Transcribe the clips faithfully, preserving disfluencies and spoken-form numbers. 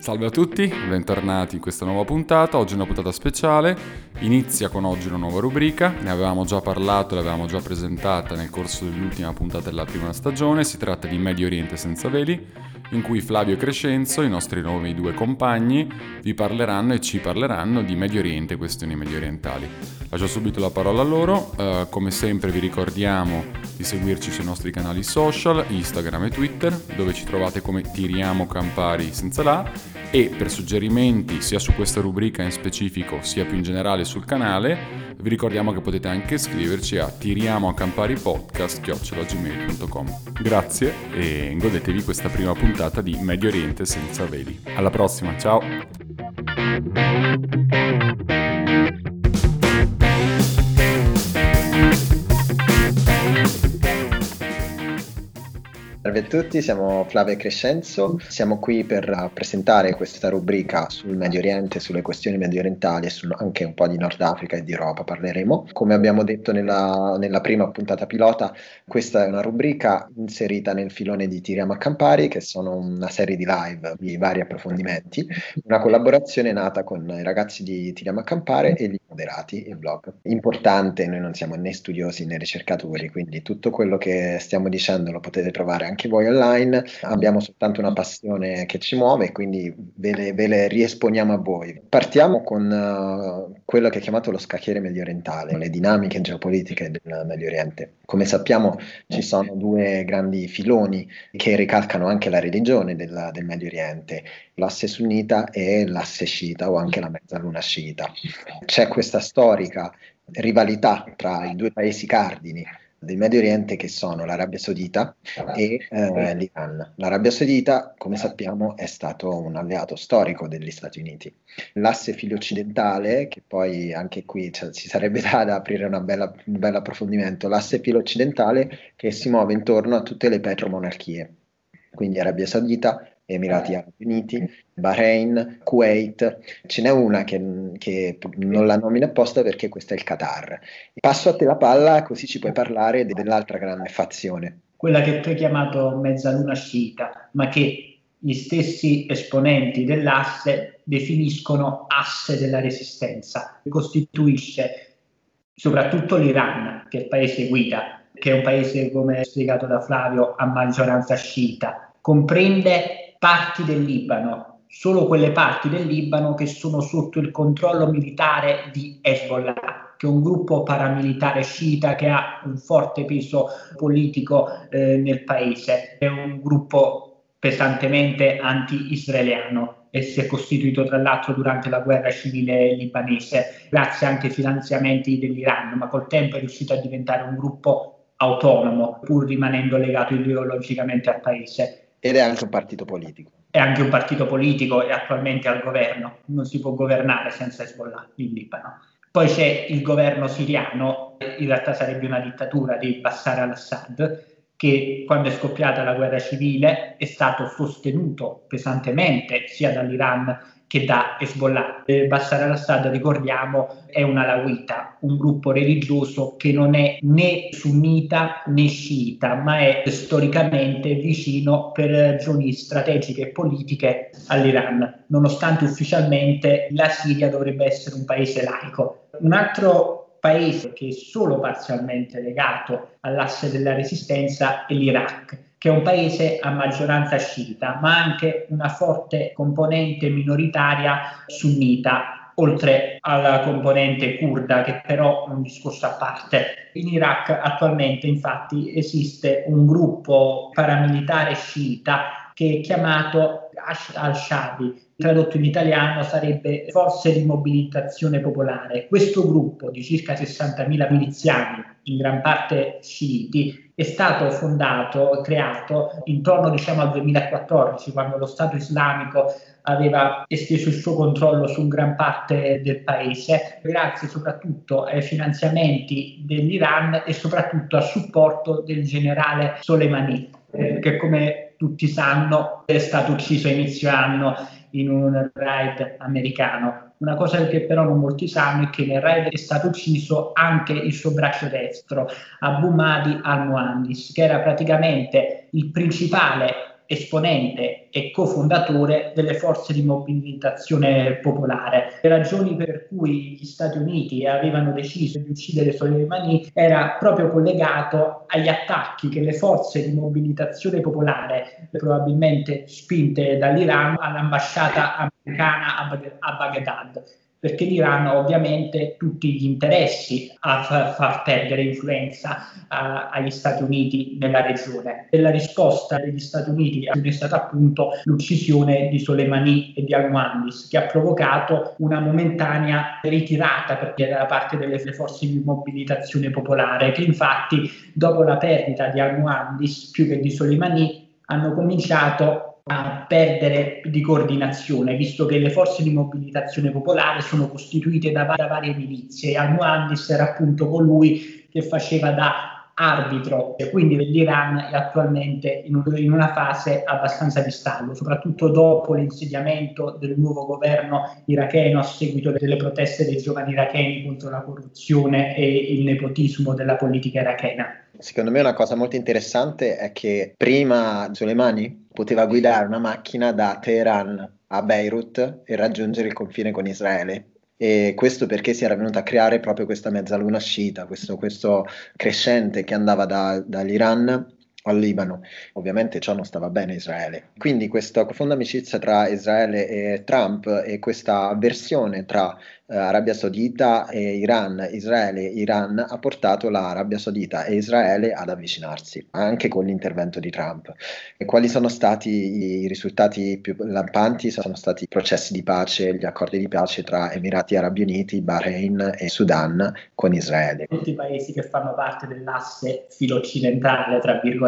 Salve a tutti, bentornati in questa nuova puntata. Oggi è una puntata speciale, inizia con oggi una nuova rubrica, ne avevamo già parlato, l'avevamo già presentata nel corso dell'ultima puntata della prima stagione. Si tratta di Medio Oriente senza veli, in cui Flavio e Crescenzo, i nostri nuovi due compagni, vi parleranno e ci parleranno di Medio Oriente e questioni medio orientali. Lascio subito la parola a loro. Uh, come sempre vi ricordiamo di seguirci sui nostri canali social, Instagram e Twitter, dove ci trovate come Tiriamo Campari senza la, e per suggerimenti sia su questa rubrica in specifico sia più in generale sul canale vi ricordiamo che potete anche scriverci a tiriamoacamparipodcast chiocciola gmail punto com. Grazie e godetevi questa prima puntata di Medio Oriente senza veli. Alla prossima, ciao! Salve a tutti, siamo Flavio e Crescenzo, siamo qui per presentare questa rubrica sul Medio Oriente, sulle questioni medio orientali e sul, anche un po' di Nord Africa e di Europa parleremo. Come abbiamo detto nella, nella prima puntata pilota, questa è una rubrica inserita nel filone di Tiriamo a Campari, che sono una serie di live di vari approfondimenti, una collaborazione nata con i ragazzi di Tiriamo a Campari e gli moderati, il blog. Importante, noi non siamo né studiosi né ricercatori, quindi tutto quello che stiamo dicendo lo potete trovare anche voi online. Abbiamo soltanto una passione che ci muove, quindi ve le, ve le riesponiamo a voi. Partiamo con uh, quello che è chiamato lo scacchiere medio orientale, le dinamiche geopolitiche del Medio Oriente. Come sappiamo ci sono due grandi filoni che ricalcano anche la religione del, del Medio Oriente, l'asse sunnita e l'asse sciita o anche la mezzaluna sciita. C'è questa storica rivalità tra i due paesi cardini del Medio Oriente che sono l'Arabia Saudita e eh, l'Iran. L'Arabia Saudita, come sappiamo, è stato un alleato storico degli Stati Uniti. L'asse filo-occidentale, che poi anche qui cioè, ci sarebbe da, da aprire una bella, un bel approfondimento, l'asse filo-occidentale che si muove intorno a tutte le petromonarchie, quindi Arabia Saudita, Emirati Arabi Uniti, Bahrain, Kuwait. Ce n'è una che, che non la nomino apposta perché questa è il Qatar. Passo a te la palla così ci puoi parlare dell'altra grande fazione. Quella che tu hai chiamato mezzaluna sciita, ma che gli stessi esponenti dell'asse definiscono asse della resistenza. Costituisce soprattutto l'Iran, che è il paese guida, che è un paese, come spiegato da Flavio, a maggioranza sciita. Comprende parti del Libano, solo quelle parti del Libano che sono sotto il controllo militare di Hezbollah, che è un gruppo paramilitare sciita che ha un forte peso politico eh, nel paese. È un gruppo pesantemente anti-israeliano e si è costituito tra l'altro durante la guerra civile libanese, grazie anche ai finanziamenti dell'Iran, ma col tempo è riuscito a diventare un gruppo autonomo, pur rimanendo legato ideologicamente al paese. Ed è anche un partito politico. È anche un partito politico e attualmente al governo. Non si può governare senza Hezbollah in Libano. Poi c'è il governo siriano, in realtà sarebbe una dittatura di Bashar al-Assad, che quando è scoppiata la guerra civile è stato sostenuto pesantemente sia dall'Iran che da Hezbollah. Eh, Bashar al-Assad, ricordiamo, è un alawita, un gruppo religioso che non è né sunnita né sciita, ma è storicamente vicino per ragioni strategiche e politiche all'Iran, nonostante ufficialmente la Siria dovrebbe essere un paese laico. Un altro paese che è solo parzialmente legato all'asse della resistenza è l'Iraq, che è un paese a maggioranza sciita, ma anche una forte componente minoritaria sunnita, oltre alla componente curda, che però è un discorso a parte. In Iraq attualmente, infatti, esiste un gruppo paramilitare sciita che è chiamato Hashd al-Shaabi, tradotto in italiano sarebbe Forze di Mobilitazione Popolare. Questo gruppo di circa sessantamila miliziani, in gran parte sciiti, è stato fondato, creato intorno diciamo al duemilaquattordici, quando lo Stato islamico aveva esteso il suo controllo su gran parte del paese, grazie soprattutto ai finanziamenti dell'Iran e soprattutto al supporto del generale Soleimani, eh, che come tutti sanno è stato ucciso a inizio anno in un raid americano. Una cosa che però non molti sanno è che nel raid è stato ucciso anche il suo braccio destro, Abu Mahdi al-Muhandis, che era praticamente il principale esponente e cofondatore delle forze di mobilitazione popolare. Le ragioni per cui gli Stati Uniti avevano deciso di uccidere Soleimani era proprio collegato agli attacchi che le forze di mobilitazione popolare, probabilmente spinte dall'Iran, all'ambasciata americana a Bag- a Baghdad, perché l'Iran ha ovviamente tutti gli interessi a far, far perdere influenza a, agli Stati Uniti nella regione. E la risposta degli Stati Uniti è stata appunto l'uccisione di Soleimani e di al-Muhandis, che ha provocato una momentanea ritirata perché da parte delle forze di mobilitazione popolare, che infatti dopo la perdita di al-Muhandis più che di Soleimani hanno cominciato a perdere di coordinazione, visto che le forze di mobilitazione popolare sono costituite da, da varie milizie. Al-Muhandis era appunto colui che faceva da arbitro, e quindi l'Iran è attualmente in, un, in una fase abbastanza di stallo, soprattutto dopo l'insediamento del nuovo governo iracheno a seguito delle proteste dei giovani iracheni contro la corruzione e il nepotismo della politica irachena. Secondo me una cosa molto interessante è che prima Soleimani poteva guidare una macchina da Teheran a Beirut e raggiungere il confine con Israele. E questo perché si era venuta a creare proprio questa mezzaluna sciita, questo, questo crescente che andava da, dall'Iran al Libano. Ovviamente ciò non stava bene a Israele. Quindi questa profonda amicizia tra Israele e Trump e questa avversione tra eh, Arabia Saudita e Iran, Israele e Iran ha portato l'Arabia Saudita e Israele ad avvicinarsi, anche con l'intervento di Trump. E quali sono stati i risultati più lampanti? Sono stati i processi di pace, gli accordi di pace tra Emirati Arabi Uniti, Bahrain e Sudan con Israele. Tutti i paesi che fanno parte dell'asse filo-occidentale, tra virgolette.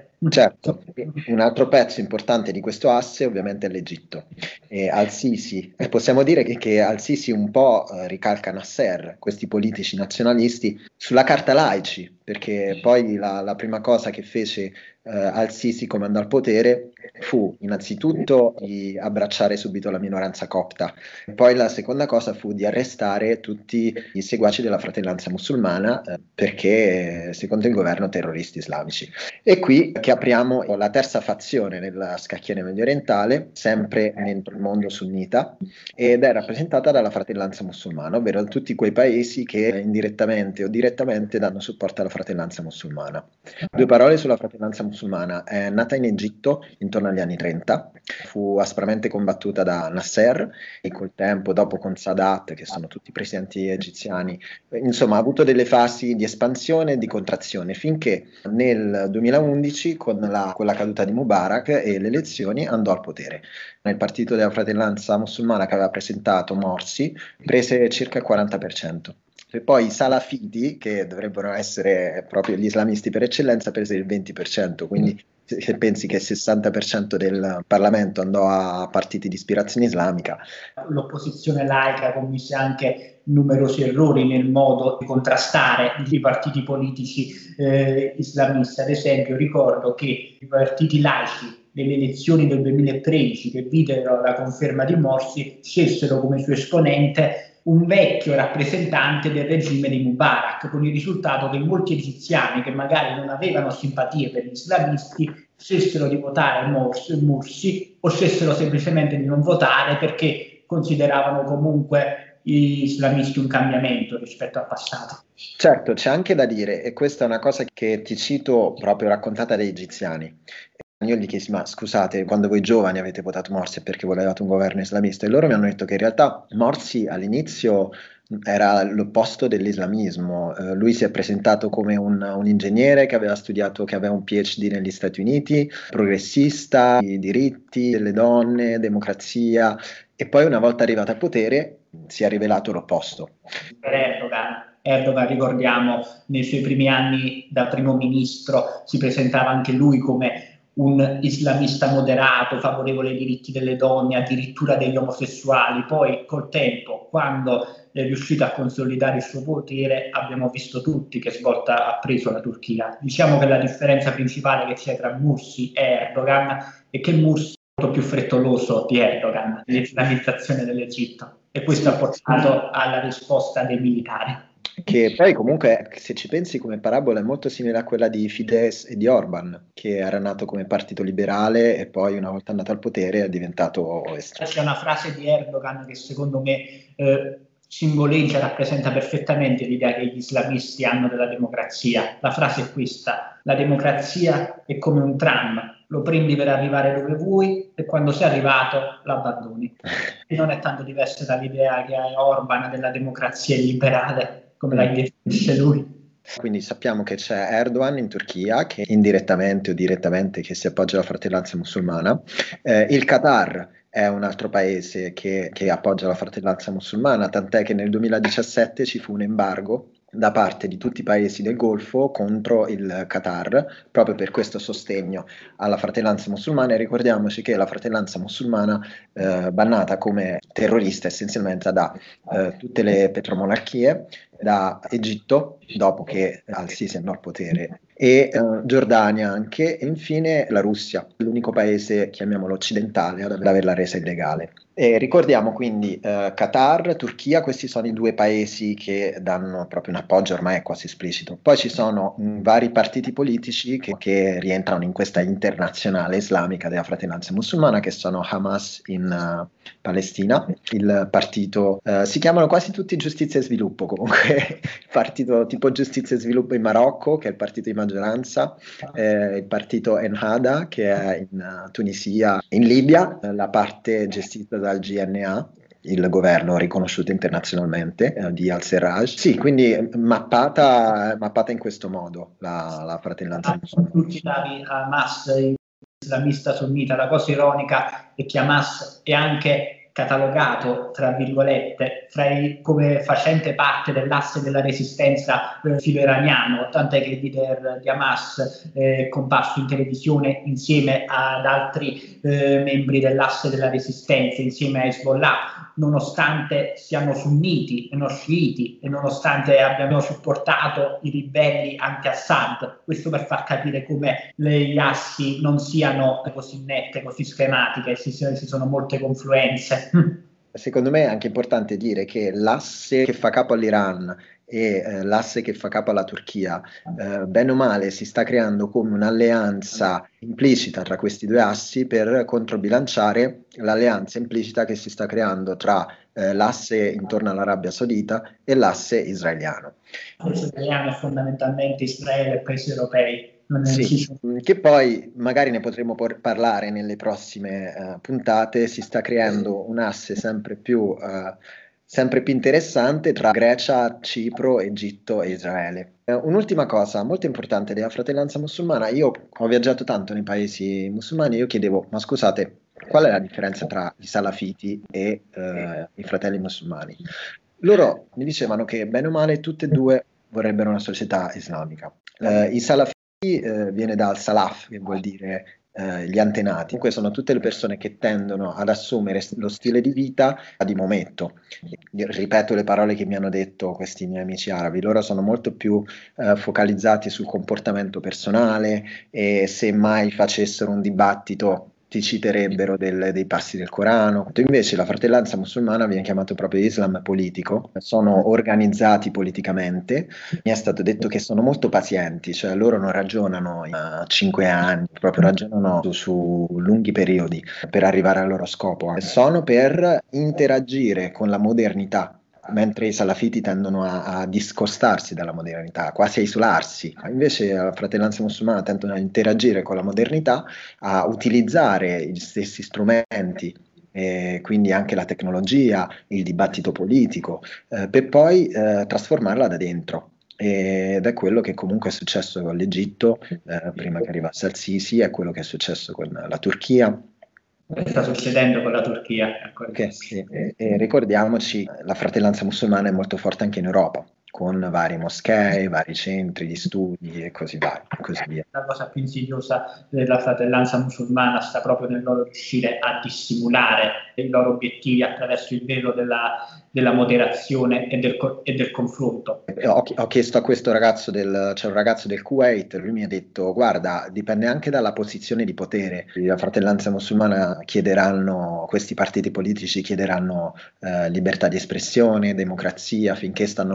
Certo, un altro pezzo importante di questo asse ovviamente è l'Egitto. E Al-Sisi, e possiamo dire che, che Al-Sisi un po' eh, ricalca Nasser, questi politici nazionalisti, sulla carta laici, perché poi la, la prima cosa che fece eh, Al-Sisi come andò al potere fu innanzitutto di abbracciare subito la minoranza copta, poi la seconda cosa fu di arrestare tutti i seguaci della fratellanza musulmana eh, perché secondo il governo terroristi islamici. E qui che apriamo la terza fazione nella scacchiera medio orientale, sempre dentro il mondo sunnita, ed è rappresentata dalla fratellanza musulmana, ovvero da tutti quei paesi che indirettamente o direttamente danno supporto alla fratellanza musulmana. Due parole sulla fratellanza musulmana. È nata in Egitto intorno agli anni trenta, fu aspramente combattuta da Nasser e col tempo, dopo con Sadat, che sono tutti presidenti egiziani, insomma ha avuto delle fasi di espansione e di contrazione, finché nel duemilaundici con la, con la caduta di Mubarak e le elezioni andò al potere. Il partito della fratellanza musulmana che aveva presentato Morsi prese circa il quaranta per cento. E poi i salafiti, che dovrebbero essere proprio gli islamisti per eccellenza, presero il venti per cento, quindi se pensi che il sessanta per cento del Parlamento andò a partiti di ispirazione islamica. L'opposizione laica commise anche numerosi errori nel modo di contrastare i partiti politici eh, islamisti. Ad esempio ricordo che i partiti laici nelle elezioni del duemilatredici che videro la conferma di Morsi scelsero come suo esponente un vecchio rappresentante del regime di Mubarak, con il risultato che molti egiziani che magari non avevano simpatie per gli islamisti scelsero di votare Morsi, Morsi o scelsero semplicemente di non votare perché consideravano comunque gli islamisti un cambiamento rispetto al passato. Certo, c'è anche da dire, e questa è una cosa che ti cito proprio raccontata dai egiziani. Io gli chiesi, ma scusate, quando voi giovani avete votato Morsi è perché volevate un governo islamista? E loro mi hanno detto che in realtà Morsi all'inizio era l'opposto dell'islamismo. Eh, lui si è presentato come un, un ingegnere che aveva studiato, che aveva un P H D negli Stati Uniti, progressista, i diritti delle donne, democrazia, e poi una volta arrivato al potere si è rivelato l'opposto. Per Erdogan. Erdogan, ricordiamo, nei suoi primi anni da primo ministro si presentava anche lui come un islamista moderato, favorevole ai diritti delle donne, addirittura degli omosessuali. Poi col tempo, quando è riuscito a consolidare il suo potere, abbiamo visto tutti che svolta ha preso la Turchia. Diciamo che la differenza principale che c'è tra Morsi e Erdogan è che Morsi è molto più frettoloso di Erdogan nell'islamizzazione dell'Egitto, e questo ha portato alla risposta dei militari. che poi comunque, se ci pensi, come parabola è molto simile a quella di Fidesz e di Orban, che era nato come partito liberale e poi una volta andato al potere è diventato estremista. C'è una frase di Erdogan che secondo me eh, simboleggia, rappresenta perfettamente l'idea che gli islamisti hanno della democrazia. La frase è questa: la democrazia è come un tram, lo prendi per arrivare dove vuoi e quando sei arrivato l'abbandoni. E non è tanto diversa dall'idea che ha Orban della democrazia illiberale, come la definisce lui. Quindi sappiamo che c'è Erdogan in Turchia, che indirettamente o direttamente che si appoggia alla fratellanza musulmana. Eh, il Qatar è un altro paese che, che appoggia la fratellanza musulmana, tant'è che nel duemiladiciassette ci fu un embargo da parte di tutti i paesi del Golfo contro il Qatar, proprio per questo sostegno alla fratellanza musulmana. E ricordiamoci che la fratellanza musulmana, eh, bannata come terrorista essenzialmente da eh, tutte le petromonarchie, da Egitto, dopo che al-Sisi andò al potere, e eh, Giordania anche, e infine la Russia, l'unico paese, chiamiamolo occidentale, ad averla resa illegale. E ricordiamo quindi eh, Qatar, Turchia, questi sono i due paesi che danno proprio un appoggio ormai quasi esplicito. Poi ci sono mh, vari partiti politici che, che rientrano in questa internazionale islamica della fratellanza musulmana, che sono Hamas in uh, Palestina, il partito, uh, si chiamano quasi tutti Giustizia e Sviluppo comunque, il partito tipo Giustizia e Sviluppo in Marocco, che è il partito di maggioranza, eh, il partito Ennahda, che è in uh, Tunisia, in Libia, eh, la parte gestita da dal G N A, il governo riconosciuto internazionalmente eh, di al-Serraj. Sì, quindi mappata, mappata in questo modo la, la fratellanza musulmana. Tu citavi Hamas, islamista sunnita. La cosa ironica è che Hamas è anche catalogato, tra virgolette, fra i, come facente parte dell'asse della resistenza eh, filo-iraniano, tant'è che il leader di Hamas è eh, comparso in televisione insieme ad altri eh, membri dell'asse della resistenza, insieme a Hezbollah, nonostante siano sunniti e non sciiti e nonostante abbiano supportato i ribelli anti-Assad. Questo per far capire come le assi non siano così nette, così schematiche, ci sono molte confluenze. Secondo me è anche importante dire che l'asse che fa capo all'Iran e eh, l'asse che fa capo alla Turchia, eh, bene o male, si sta creando come un'alleanza implicita tra questi due assi per controbilanciare l'alleanza implicita che si sta creando tra eh, l'asse intorno all'Arabia Saudita e l'asse israeliano. L'asse israeliano è fondamentalmente Israele e paesi europei. Sì, che poi magari ne potremo por- parlare nelle prossime uh, puntate. Si sta creando un asse sempre più, uh, sempre più interessante tra Grecia, Cipro, Egitto e Israele. Uh, un'ultima cosa molto importante della fratellanza musulmana: io ho viaggiato tanto nei paesi musulmani, io chiedevo, ma scusate, qual è la differenza tra i salafiti e uh, i fratelli musulmani? Loro mi dicevano che bene o male tutte e due vorrebbero una società islamica. Uh, i salafiti Eh, viene dal salaf, che vuol dire eh, gli antenati. Comunque sono tutte le persone che tendono ad assumere lo stile di vita di Maometto. Ripeto le parole che mi hanno detto questi miei amici arabi: loro sono molto più eh, focalizzati sul comportamento personale, e se mai facessero un dibattito ti citerebbero del, dei passi del Corano. Invece la fratellanza musulmana viene chiamato proprio Islam politico, sono organizzati politicamente. Mi è stato detto che sono molto pazienti, cioè loro non ragionano in uh, cinque anni, proprio ragionano su, su lunghi periodi per arrivare al loro scopo. Sono per interagire con la modernità, mentre i salafiti tendono a, a discostarsi dalla modernità, quasi a isolarsi. Invece la fratellanza musulmana tendono a interagire con la modernità, a utilizzare gli stessi strumenti, e quindi anche la tecnologia, il dibattito politico, eh, per poi eh, trasformarla da dentro. Ed è quello che comunque è successo con l'Egitto, eh, prima che arrivasse al-Sisi, è quello che è successo con la Turchia. Sta succedendo con la Turchia. Okay, sì. e, e ricordiamoci, la fratellanza musulmana è molto forte anche in Europa, con varie moschee, vari centri di studi e così, vai, e così via. La cosa più insidiosa della fratellanza musulmana sta proprio nel loro riuscire a dissimulare i loro obiettivi attraverso il velo della, della moderazione e del, e del confronto. Ho, ho chiesto a questo ragazzo, del, c'è un ragazzo del Kuwait, lui mi ha detto: guarda, dipende anche dalla posizione di potere. La fratellanza musulmana chiederanno, questi partiti politici chiederanno eh, libertà di espressione, democrazia, finché stanno all'opposizione.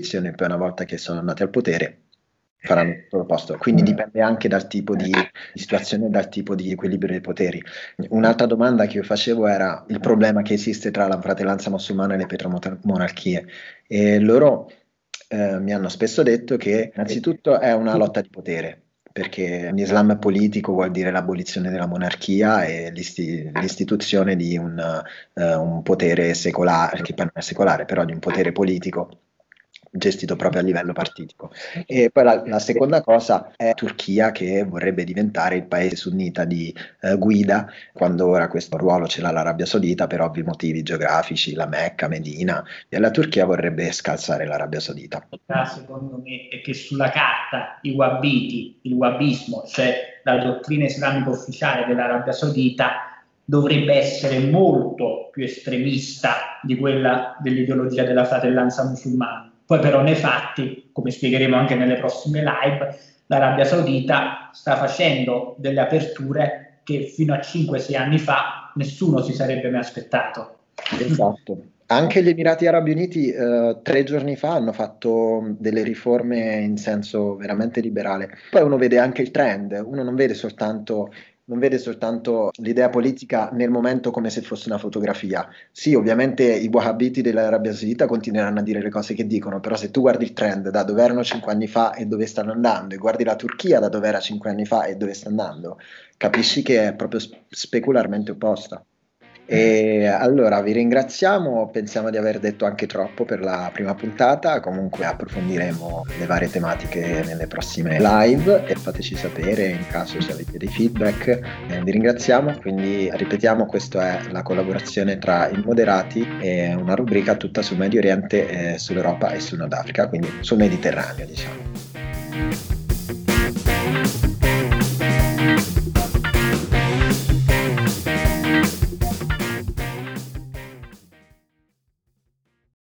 dell'opposizione, poi una volta che sono andati al potere faranno tutto l'opposto. Quindi dipende anche dal tipo di, di situazione e dal tipo di equilibrio dei poteri. Un'altra domanda che io facevo era il problema che esiste tra la fratellanza musulmana e le petromonarchie, e loro eh, mi hanno spesso detto che innanzitutto è una lotta di potere, perché l'Islam politico vuol dire l'abolizione della monarchia e l'isti- l'istituzione di un, eh, un potere secolare, che poi non è secolare, però di un potere politico gestito proprio a livello partitico. E poi la, la seconda cosa è Turchia, che vorrebbe diventare il paese sunnita di eh, guida, quando ora questo ruolo ce l'ha l'Arabia Saudita per ovvi motivi geografici, la Mecca, Medina, e la Turchia vorrebbe scalzare l'Arabia Saudita. Secondo me è che sulla carta i wahabiti, il wahabismo, cioè la dottrina islamica ufficiale dell'Arabia Saudita, dovrebbe essere molto più estremista di quella dell'ideologia della fratellanza musulmana. Poi però nei fatti, come spiegheremo anche nelle prossime live, l'Arabia Saudita sta facendo delle aperture che fino a cinque sei anni fa nessuno si sarebbe mai aspettato. Esatto. Anche gli Emirati Arabi Uniti eh, tre giorni fa hanno fatto delle riforme in senso veramente liberale. Poi uno vede anche il trend, uno non vede soltanto non vede soltanto l'idea politica nel momento come se fosse una fotografia. Sì, ovviamente i wahhabiti dell'Arabia Saudita continueranno a dire le cose che dicono, però se tu guardi il trend da dove erano cinque anni fa e dove stanno andando, e guardi la Turchia da dove era cinque anni fa e dove sta andando, capisci che è proprio specularmente opposta. E allora vi ringraziamo, pensiamo di aver detto anche troppo per la prima puntata, comunque approfondiremo le varie tematiche nelle prossime live e fateci sapere in caso se avete dei feedback. Eh, vi ringraziamo, quindi ripetiamo, questa è la collaborazione tra i moderati e una rubrica tutta sul Medio Oriente, eh, sull'Europa e sul Nord Africa, quindi sul Mediterraneo, diciamo.